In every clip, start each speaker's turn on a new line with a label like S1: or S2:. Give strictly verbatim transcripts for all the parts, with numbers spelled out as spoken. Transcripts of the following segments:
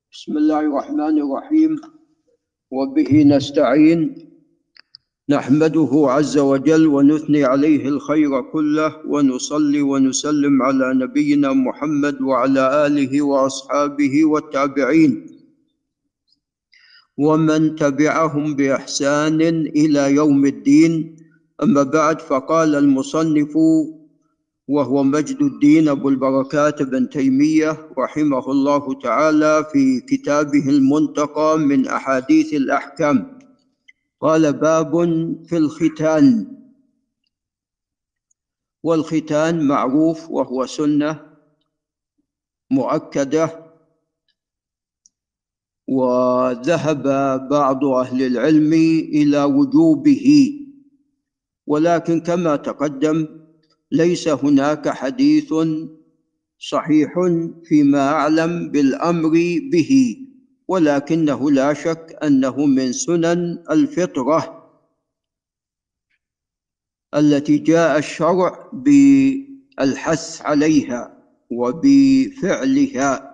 S1: بسم الله الرحمن الرحيم، وبه نستعين. نحمده عز وجل ونثني عليه الخير كله، ونصلي ونسلم على نبينا محمد وعلى آله وأصحابه والتابعين ومن تبعهم بإحسان إلى يوم الدين. أما بعد، فقال المصنف وهو مجد الدين أبو البركات بن تيمية رحمه الله تعالى في كتابه المنتقى من أحاديث الأحكام، قال: باب في الختان. والختان معروف وهو سنة مؤكدة، وذهب بعض أهل العلم إلى وجوبه، ولكن كما تقدم ليس هناك حديث صحيح فيما أعلم بالأمر به، ولكنه لا شك أنه من سنن الفطرة التي جاء الشرع بالحث عليها وبفعلها.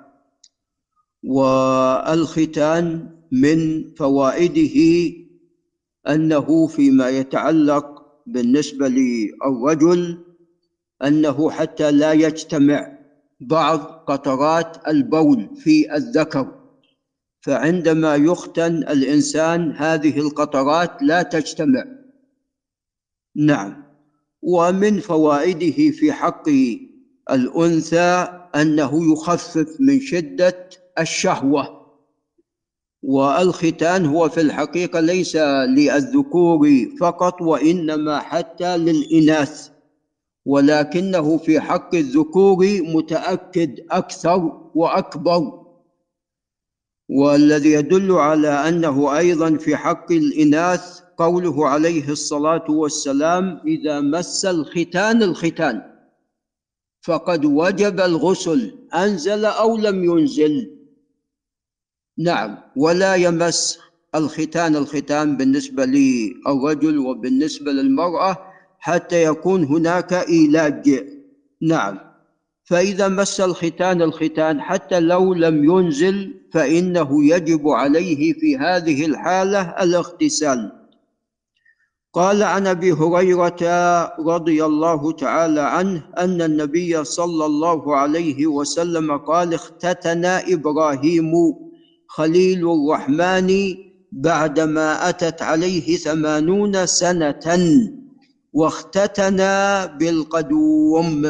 S1: والختان من فوائده أنه فيما يتعلق بالنسبة للرجل أنه حتى لا يجتمع بعض قطرات البول في الذكر، فعندما يختن الإنسان هذه القطرات لا تجتمع. نعم. ومن فوائده في حق الأنثى أنه يخفف من شدة الشهوة. والختان هو في الحقيقة ليس للذكور فقط، وإنما حتى للإناث، ولكنه في حق الذكور متأكد أكثر وأكبر. والذي يدل على أنه أيضا في حق الإناث قوله عليه الصلاة والسلام: إذا مس الختان الختان فقد وجب الغسل، أنزل أو لم ينزل. نعم. ولا يمس الختان الختان بالنسبة للرجل وبالنسبة للمرأة حتى يكون هناك إيلاج. نعم. فإذا مس الختان الختان حتى لو لم ينزل فإنه يجب عليه في هذه الحالة الاغتسال. قال عن أبي هريرة رضي الله تعالى عنه أن النبي صلى الله عليه وسلم قال: اختتن إبراهيم خليل الرحمن بعدما أتت عليه ثمانون سنة، واختتن بالقدوم.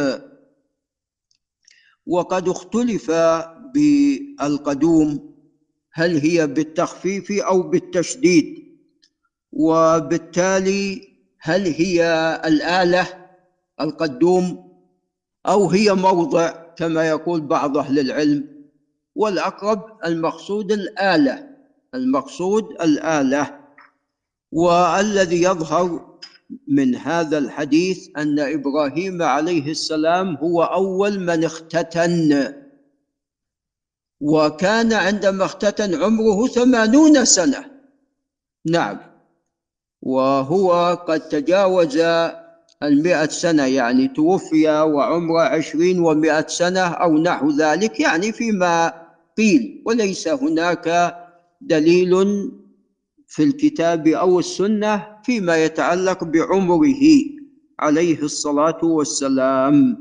S1: وقد اختلف بالقدوم هل هي بالتخفيف أو بالتشديد، وبالتالي هل هي الآلة القدوم أو هي موضع كما يقول بعض أهل العلم. والأقرب المقصود الآلة، المقصود الآلة. والذي يظهر من هذا الحديث أن إبراهيم عليه السلام هو أول من اختتن، وكان عندما اختتن عمره ثمانون سنة. نعم. وهو قد تجاوز المئة سنة، يعني توفي وعمره عشرين ومئة سنة أو نحو ذلك، يعني فيما قيل، وليس هناك دليل في الكتاب أو السنة فيما يتعلق بعمره عليه الصلاة والسلام.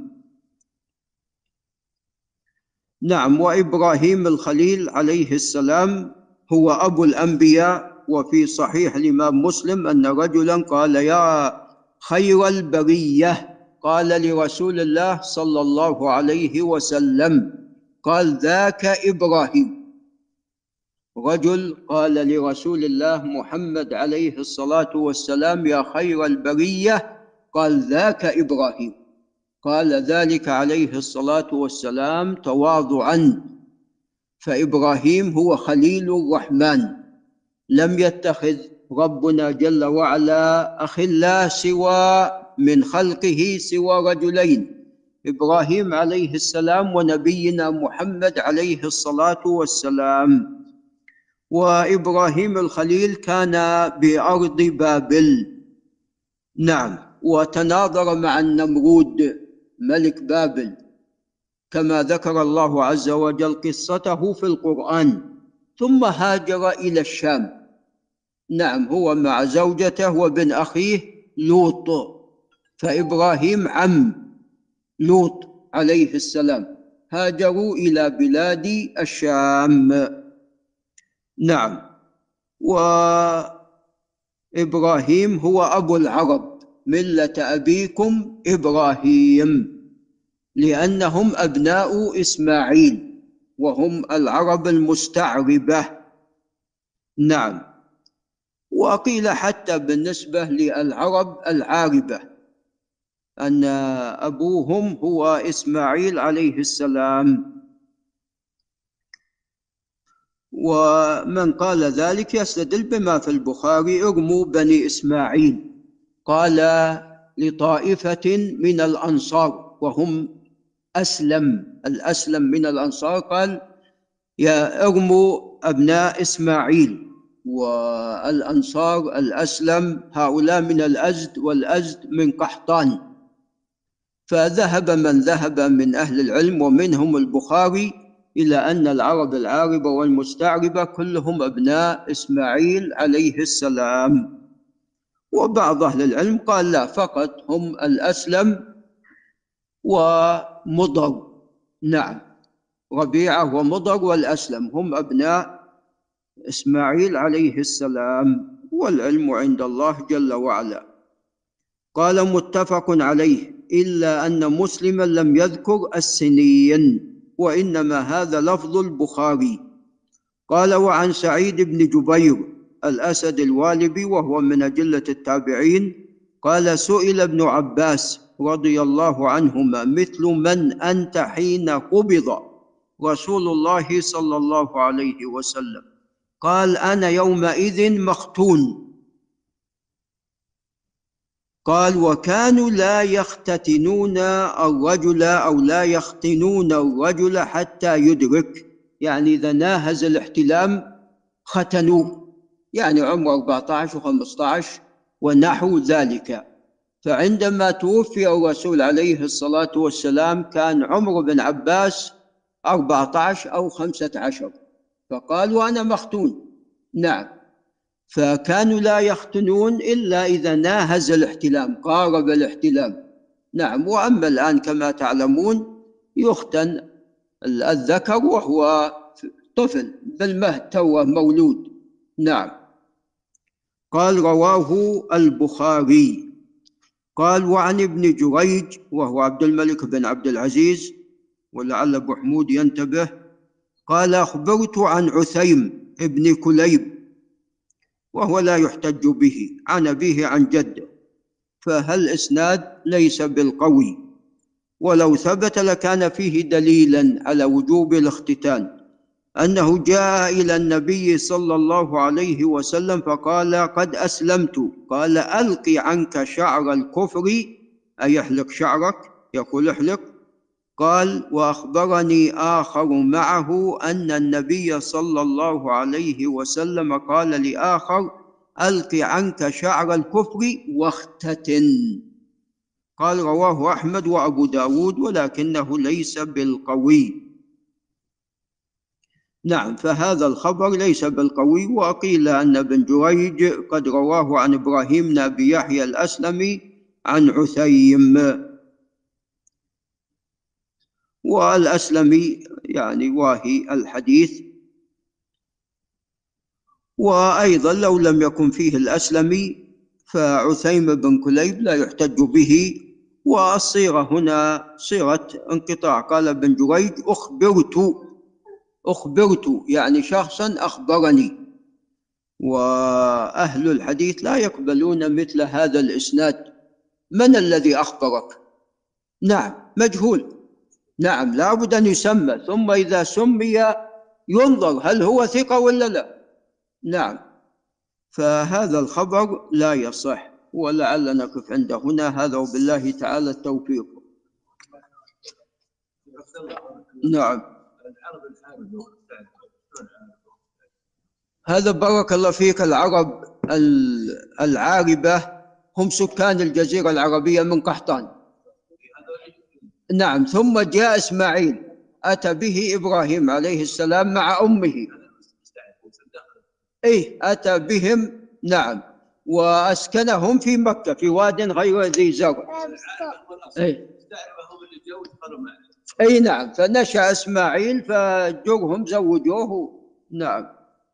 S1: نعم. وإبراهيم الخليل عليه السلام هو أبو الأنبياء. وفي صحيح الإمام مسلم أن رجلا قال: يا خير البرية، قال لرسول الله صلى الله عليه وسلم، قال: ذاك إبراهيم. رجل قال لرسول الله محمد عليه الصلاة والسلام: يا خير البرية، قال: ذاك إبراهيم. قال ذلك عليه الصلاة والسلام تواضعا، فإبراهيم هو خليل الرحمن، لم يتخذ ربنا جل وعلا أخلا سوى من خلقه سوى رجلين: إبراهيم عليه السلام ونبينا محمد عليه الصلاة والسلام. وإبراهيم الخليل كان بأرض بابل. نعم. وتناظر مع النمرود ملك بابل، كما ذكر الله عز وجل قصته في القرآن. ثم هاجر إلى الشام. نعم، هو مع زوجته وابن أخيه لوط، فإبراهيم عم لوط عليه السلام، هاجروا إلى بلاد الشام. نعم، وإبراهيم هو أبو العرب، ملة أبيكم إبراهيم، لأنهم أبناء إسماعيل وهم العرب المستعربة. نعم، وقيل حتى بالنسبة للعرب العاربة أن أبوهم هو إسماعيل عليه السلام. ومن قال ذلك يستدل بما في البخاري: ارموا بني إسماعيل، قال لطائفة من الأنصار وهم أسلم الأسلم من الأنصار، قال: يا ارموا أبناء إسماعيل. والأنصار الأسلم هؤلاء من الأزد، والأزد من قحطان. فذهب من ذهب من أهل العلم ومنهم البخاري إلى أن العرب العاربة والمستعربة كلهم أبناء إسماعيل عليه السلام. وبعض أهل العلم قال لا، فقط هم الأسلم ومضر. نعم، ربيعة ومضر والأسلم هم أبناء إسماعيل عليه السلام، والعلم عند الله جل وعلا. قال: متفق عليه، إلا أن مسلما لم يذكر السنين، وإنما هذا لفظ البخاري. قال: وعن سعيد بن جبير الأسد الوالبي وهو من أجلة التابعين قال: سئل ابن عباس رضي الله عنهما: مثل من أنت حين قبض رسول الله صلى الله عليه وسلم؟ قال: أنا يومئذ مختون. قال: وكانوا لا يختتنون الرجل أو لا يختنون الرجل حتى يدرك، يعني إذا ناهز الاحتلام ختنوه، يعني عمره أربعة عشر وخمسة عشر ونحو ذلك. فعندما توفي الرسول عليه الصلاة والسلام كان عمر بن عباس أربعة عشر أو خمسة عشر، فقال: وأنا مختون. نعم، فكانوا لا يختنون إلا إذا ناهز الاحتلام، قارب الاحتلام. نعم، وأما الآن كما تعلمون يختن الذكر وهو طفل بالمهد توه مولود. نعم. قال: رواه البخاري. قال: وعن ابن جريج وهو عبد الملك بن عبد العزيز، ولعل أبو حمود ينتبه، قال: أخبرت عن عثيم ابن كليب وهو لا يحتج به، عن أبيه عن جده، فهل إسناد ليس بالقوي، ولو ثبت لكان فيه دليلا على وجوب الاختتان، أنه جاء إلى النبي صلى الله عليه وسلم فقال: قد أسلمت. قال: ألق عنك شعر الكفر، أي احلق شعرك، يقول احلق. قال: وأخبرني آخر معه أن النبي صلى الله عليه وسلم قال لآخر: ألق عنك شعر الكفر واختتن. قال: رواه أحمد وأبو داود ولكنه ليس بالقوي. نعم، فهذا الخبر ليس بالقوي. وقيل أن ابن جريج قد رواه عن إبراهيم بن أبي يحيى الأسلمي عن عثيم، والأسلمي يعني واهي الحديث. وأيضا لو لم يكن فيه الأسلمي فعثيم بن كليب لا يحتج به. والصيغة هنا صيغة انقطاع. قال ابن جريج: أخبرت أخبرت يعني شخصا أخبرني. وأهل الحديث لا يقبلون مثل هذا الإسناد. من الذي أخبرك؟ نعم، مجهول. نعم، لا بد أن يسمى، ثم إذا سمي ينظر هل هو ثقة ولا لا. نعم، فهذا الخبر لا يصح. ولعل نقف عند هنا، هذا وبالله تعالى التوفيق. نعم، هذا بارك الله فيك. العرب العاربة هم سكان الجزيرة العربية من قحطان. نعم، ثم جاء إسماعيل أتى به إبراهيم عليه السلام مع أمه. إيه أتى بهم، نعم، وأسكنهم في مكة في واد غير ذي زرع. إيه أي نعم، فنشأ إسماعيل فجرهم زوجوه. نعم.